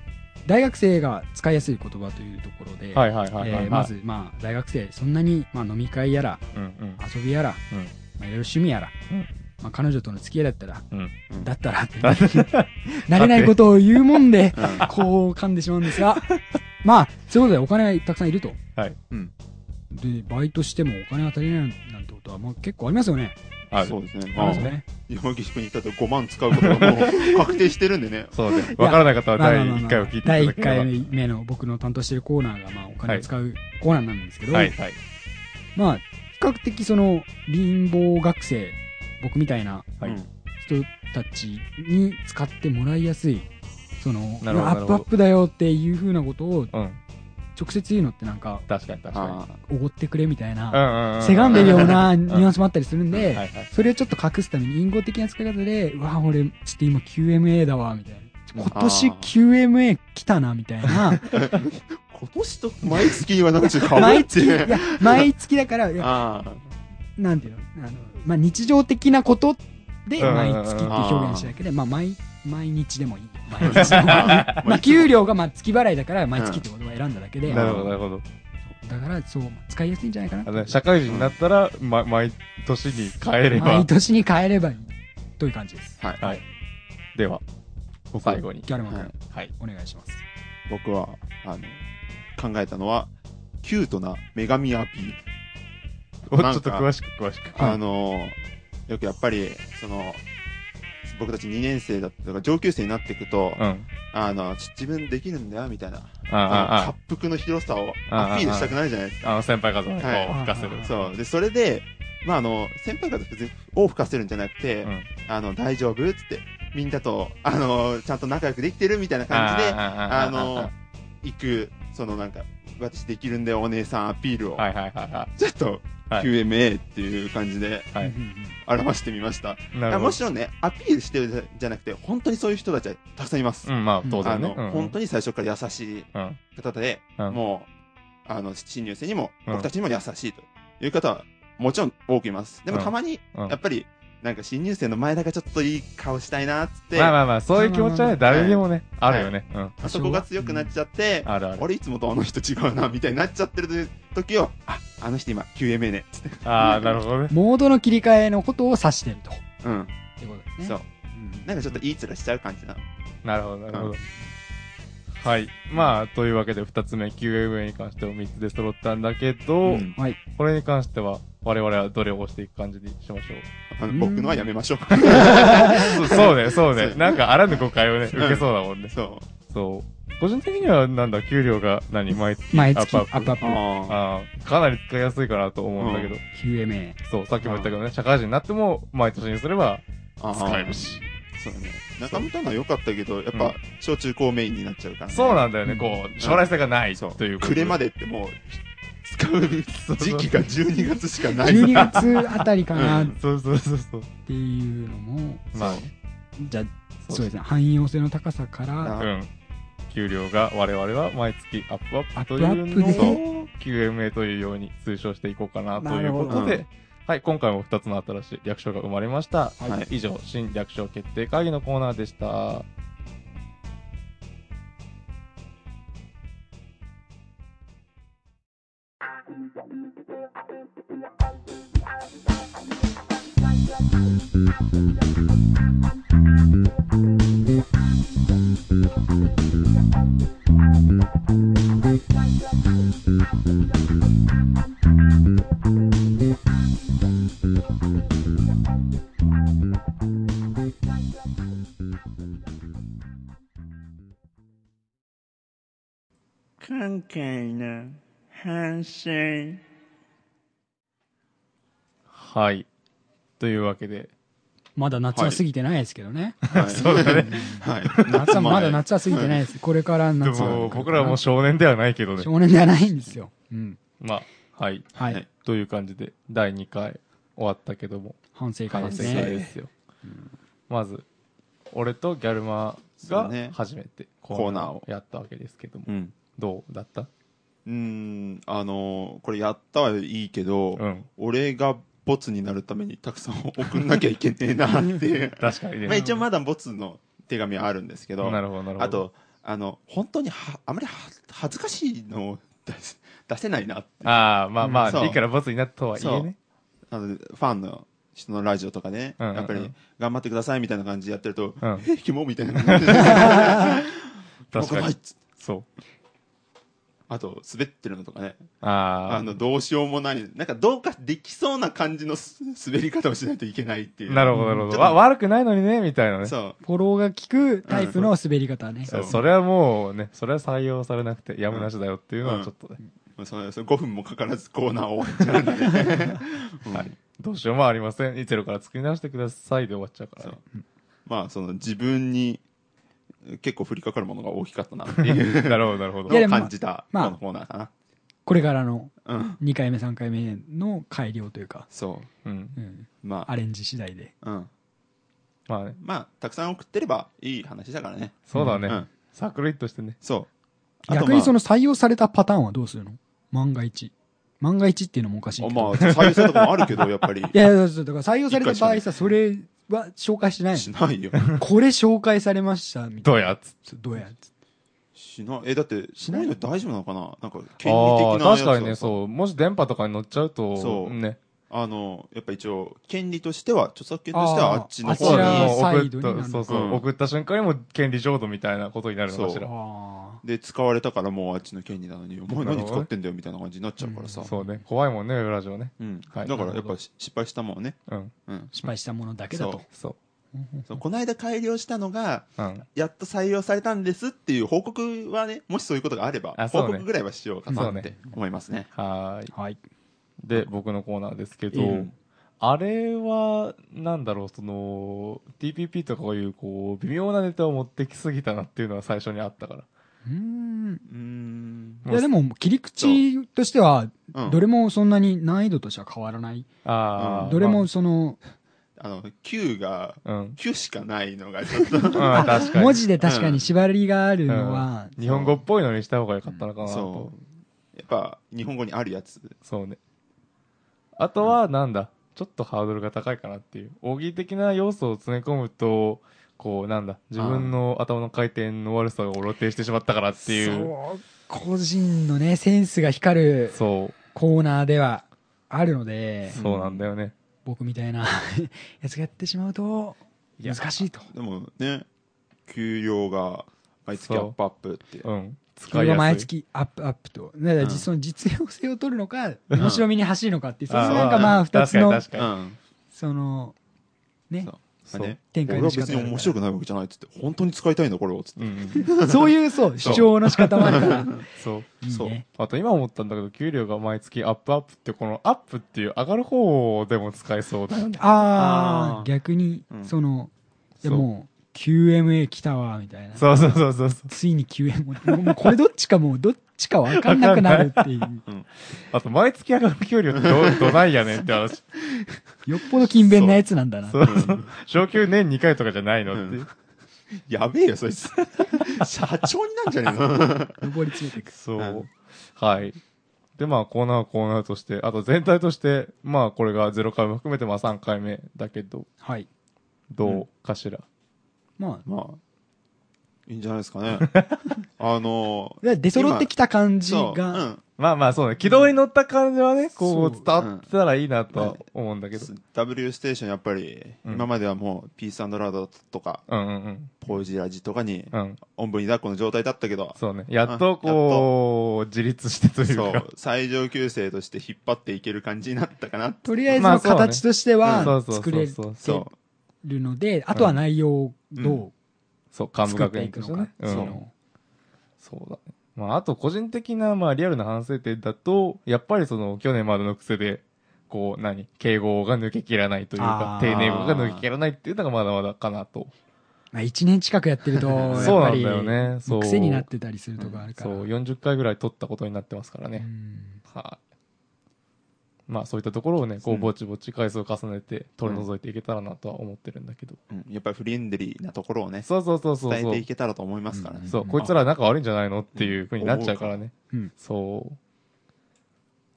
大学生が使いやすい言葉というところで、 はいはいはいはい、はい、 まず、まあ、大学生、そんなに、まあ、飲み会やら、うんうん、遊びやら、うん、まあ、いろいろ趣味やら、うん、まあ、彼女との付き合いだったら、うん、だったらって、慣れないことを言うもんで、こう噛んでしまうんですが、まあ、そういうことでお金がたくさんいると。 はい。うん。 で、バイトしてもお金が足りないなんてことは、もう結構ありますよね。 あそうですね。まあ、ね、山岸君に言ったらごまん使うことがもう確定してるんでね。 そうね。わからない方はだいいっかいを聞いていただければ。だいいっかいめの僕の担当しているコーナーが、まあ、お金を使うコーナーなんですけど、はいはい、まあ、比較的その、貧乏学生、僕みたいな人たちに使ってもらいやすい、その、アップアップだよっていうふうなことを、うん直接言うのってなんか、 確かに確かに。おごってくれみたいな、せがんでるようなニュアンスもあったりするんで、それをちょっと隠すために隠語的な使い方で、うわ、俺、ちょっと今 キューエムエー だわ、みたいな。今年 キューエムエー 来たな、みたいな。 今年と毎月はなんかちょっと変わって。毎月、いや、 毎月だから、いやなんていうの、あの、まあ、日常的なことで、毎月っていう表現しただけで、まあ、毎、毎日でもいい。毎日でもいい。まあ、給料がまあ月払いだから、毎月ってことを選んだだけで。 なるほど、なるほど。 だから、そう、使いやすいんじゃないかな。 社会人になったら、ま、毎年に変えれば。 毎年に変えればいい。という感じです。 はい。はい。では、最後に。 ギャルマン君、はい。お願いします。 僕は、あの、考えたのは、キュートな女神アピール。ちょっと詳しく詳しく。 あの、よくやっぱり、その、僕たちにねん生だったとか上級生になっていくと、うん、あの自分できるんだよみたいな滑腹の広さをアピールしたくなるじゃないですか。 あの先輩方を吹かせる。 そうでそれで、まあ、あの先輩方を吹かせるんじゃなくて、うん、あの大丈夫っつってみんなとあのちゃんと仲良くできてるみたいな感じであの行くそのなんか私できるんだよお姉さんアピールをちょっとキューエムエー っていう感じで、はい、表してみました。もちろんね、アピールしてるじゃなくて、本当にそういう人たちはたくさんいます。 うん、まあ、当然ね。 あの、うん、本当に最初から優しい方で、うん、もう、あの、新入生にも、僕たちにも優しいという方は、もちろん多くいます。でもたまに、やっぱり、なんか新入生の前だけちょっといい顔したいなっつって。 まあまあまあ、そういう気持ちはね、誰にもね、あるよね。 あそこが強くなっちゃって、俺いつもとあの人違うな、みたいになっちゃってる時を、あ、あの人今 キューエムエー ね、つって。 ああ、なるほどね。 モードの切り替えのことを指してると。 うん。 ってことですね。 そう。なんかちょっといい面しちゃう感じな。 なるほど、なるほど。はい。まあ、というわけでふたつめ キューエムエー に関してはみっつで揃ったんだけど、はい。これに関しては、我々はどれを押していく感じにしましょう。 あの僕のはやめましょう。 そうね、そうね。なんかあらぬ誤解をね、受けそうだもんね。そう。そう。個人的にはなんだ、給料が何毎月毎月アップアップ。 ああ、かなり使いやすいかなと思うんだけど。 キューエムエー。 そう、さっきも言ったけどね、社会人になっても毎年にすれば使えるし。 そうね。中村のは良かったけど、やっぱ、小中高メインになっちゃうからね。 そうなんだよね、こう、将来性がないということ。暮れまでってもう、使う時期がじゅうにがつしかない。 じゅうにがつあたりかな。 そうそうそうそう。 っていうのも、まあ、じゃあ、そうですね、汎用性の高さから、うん。 給料が我々は毎月アップアップというのを キューエムエー というように推奨していこうかなということで、はい、今回もふたつの新しい略称が生まれました。はい、以上、新略称決定会議のコーナーでした。 今回の反省。 はい。というわけで。 まだ夏は過ぎてないですけどね。 はい、そうだね。 はい。 夏は、まだ夏は過ぎてないです。これから夏は。 でも、僕らはもう少年ではないけどね。 少年ではないんですよ。うん。 まあ、はい。 はい。 という感じで、だいにかい終わったけども。 反省会ですね。 反省会ですよ。うん、まず、俺とギャルマが初めてコーナーをやったわけですけども。うん、どうだった？ うーん、あのー、これやったはいいけど、うん、俺がボツになるためにたくさん送んなきゃいけねえなっていう。 確かにね。 まあ一応まだボツの手紙はあるんですけど、 なるほど、なるほど。 あと、 あの本当にはあまりは恥ずかしいのを出せ出せないなって。 ああ、まあまあ、 そうリからボツになったとはいえね。 あのファンの人のラジオとかね、 うんうんうん、 やっぱり頑張ってくださいみたいな感じでやってると、 うん、 え、キモみたいな感じで確かにそう。 あと滑ってるのとかね、 ああのどうしようもない、なんかどうかできそうな感じの滑り方をしないといけないっていう。 なるほどなるほど。わ悪くないのにねみたいなね。 そうフォローが効くタイプの滑り方ね、うん、 そ, それはもうね、それは採用されなくてやむなしだよっていうのはちょっとね、 うん、そのそのごふんもかからずコーナー終わっちゃうんで、ねうん、はい、どうしようもありません、いゼロから作り直してくださいで終わっちゃうからね。 まあその自分に結構降りかかるものが大きかったなっていうなるほどなるほど感じたこのコーナーかな、まあ、 これからのにかいめさんかいめの改良というか、 そう、うんうん、まあアレンジ次第で、 うん、まあね、まあたくさん送ってればいい話だからね。 そうだね、うん、サクリッとしてね。 そう、 逆にその採用されたパターンはどうするの？万が一万が一っていうのもおかしいけど、 まあ採用されたこともあるけどやっぱりいやいや、だから採用された場合さ、それは紹介しないの？ しないよこれ紹介されましたみたいな。 どうやっつどうやっつしない。えだってしないの大丈夫なのかな、なんか権利的なやつ。確かにね、そうもし電波とかに乗っちゃうとそうね、 あのやっぱ一応権利としては著作権としてはあっちの方に送ったそうそう、うん、送った瞬間にも権利譲渡みたいなことになるのかしら。 で使われたからもうあっちの権利なのにお前何使ってんだよみたいな感じになっちゃうからさ、 うん、そうね、怖いもんねウェブラジオね、 うんはい、だからやっぱ失敗したもんね、 うんうん、失敗したものだけだと。 そうそうそうこの間改良したのが、うん、やっと採用されたんですっていう報告はね、もしそういうことがあればあ、ね、報告ぐらいはしようかなって思いますね。 はい、 はい。 で僕のコーナーですけど、うん、あれはなんだろう、その ティーピーピー とかいうこう微妙なネタを持ってきすぎたなっていうのは最初にあったから。 うーんうーんいやでも切り口としてはどれもそんなに難易度としては変わらない、うん、あどれもその、まああのきゅうがきゅうしかないのがちょっと、うん、確かに文字で確かに縛りがあるのは、 うん、日本語っぽいのにした方が良かったのかなと、 そうやっぱ日本語にあるやつ。 そうね。あとはなんだ、うん、ちょっとハードルが高いかなっていう大喜利的な要素を詰め込むとこうなんだ自分の頭の回転の悪さを露呈してしまったからっていう、 そう個人のねセンスが光るコーナーではあるので、 そうなんだよね、 僕みたいなやつがやってしまうと難しいと。 でもね給料が毎月アップアップって、 うん、 給料が毎月アップアップと、だからその実用性を取るのか面白みに走るのかっていう、そのなんかまあ二つのそのねね、展開の仕方。俺は別に面白くないわけじゃないっつって、本当に使いたいんだこれをっつって、 うん、そういうそう主張の仕方もあるからそういい、ね、そうあと今思ったんだけど、給料が毎月アップアップってこのアップっていう上がる方でも使えそうだよね。 ああ逆に、うん、そのいやもう キューエムエー 来たわみたいな、 そうそうそうそうついに キューエムエー もうこれどっちかもうどっちか分かんなくなるっていう、うん、 あと毎月上がる給料って ど, どないやねんって話よっぽど勤勉なやつなんだな。 そうそう昇給年にかいとかじゃないのって、うん、 やべえよそいつ社長になんじゃねえの上り詰めていく。 そう、うん、はいでまあコーナーはコーナーとして、あと全体としてまあこれがゼロかいも含めてまあさんかいめだけど、 はいどうかしら、 うん、まあまあいいんじゃないですかねあのー、出揃ってきた感じが、うん、 まあまあそうね、軌道に乗った感じはね、こう伝わってたらいいなとは思うんだけど、うん、 ダブリュー ステーションやっぱり、うん、今まではもうピース&ラードとか、 うんうんうん、 ポージラジとかに、うん、おんぶに抱っこの状態だったけど、 そうね、やっとこう、自立してというか、そう最上級生として引っ張っていける感じになったかな。 とりあえずの形としては作れるので、あとは内容をどう、うんそう、幹部学園としてね。うん、そう。そうだね。まあ、あと個人的な、まあ、リアルな反省点だと、やっぱりその、去年までの癖で、こう、何敬語が抜けきらないというか、丁寧語が抜けきらないっていうのがまだまだかなと。 まあ、いちねん近くやってると、やっぱり、そうなんだよね。そう。癖になってたりするとこあるから。 そう、よんじゅっかいぐらい取ったことになってますからね。はい、あ。まあそういったところをね、こうぼちぼち回数を重ねて取り除いていけたらなとは思ってるんだけど、 うん、やっぱりフレンドリーなところをね、 そうそうそうそう伝えていけたらと思いますからね。 うん、そう、こいつら仲悪いんじゃないのっていう風になっちゃうからね。うん、そう。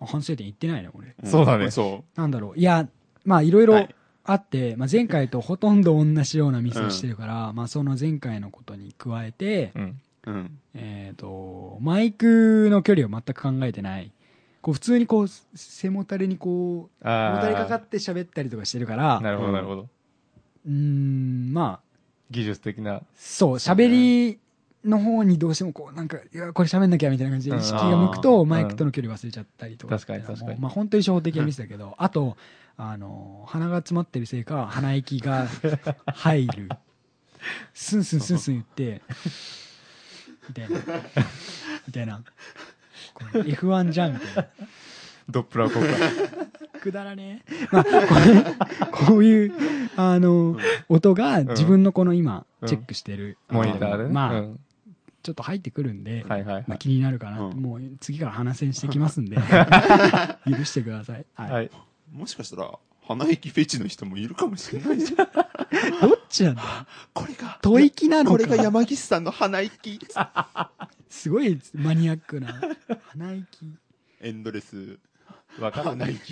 反省点言ってないね俺。 うん、そうだね。 そう。 なんだろう、いやまあいろいろあって、まあ前回とほとんど同じようなミスをしてるから、うん、まあその前回のことに加えて、うん、 うん、 えっ、ー、と、マイクの距離を全く考えてない。こう普通にこう、背もたれにこう、もたれかかって喋ったりとかしてるから、 なるほど、なるほど。 うーん、まあ。 技術的な。 そう、喋りの方にどうしてもこう、なんか、いや、これ喋んなきゃみたいな感じで意識が向くと、マイクとの距離忘れちゃったりとか。 確かに確かに。 まあ本当に初歩的なミスだけど、あと、あの、鼻が詰まってるせいか、鼻息が入る。スンスンスンスン言って、みたいな。みたいな。エフワン じゃんみたいな。 ドップラー効果。くだらねえ。まあ、これ、こういう、あの、うん、音が自分のこの今、チェックしてる。 うん、モニターでね。 まあ、うん、ちょっと入ってくるんで、 はいはいはい、 まあ、気になるかな、うん、もう次から鼻栓してきますんで、許してください。はい。はい、 もしかしたら、鼻息フェチの人もいるかもしれないじゃん。 どっちなんだこれが。 吐息なのか。 これが山岸さんの鼻息。 すごいマニアックな。鼻息。 エンドレス。 わからない。 鼻息。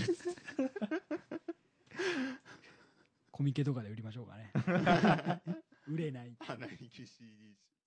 コミケとかで売りましょうかね。売れない。 鼻息 シーディー。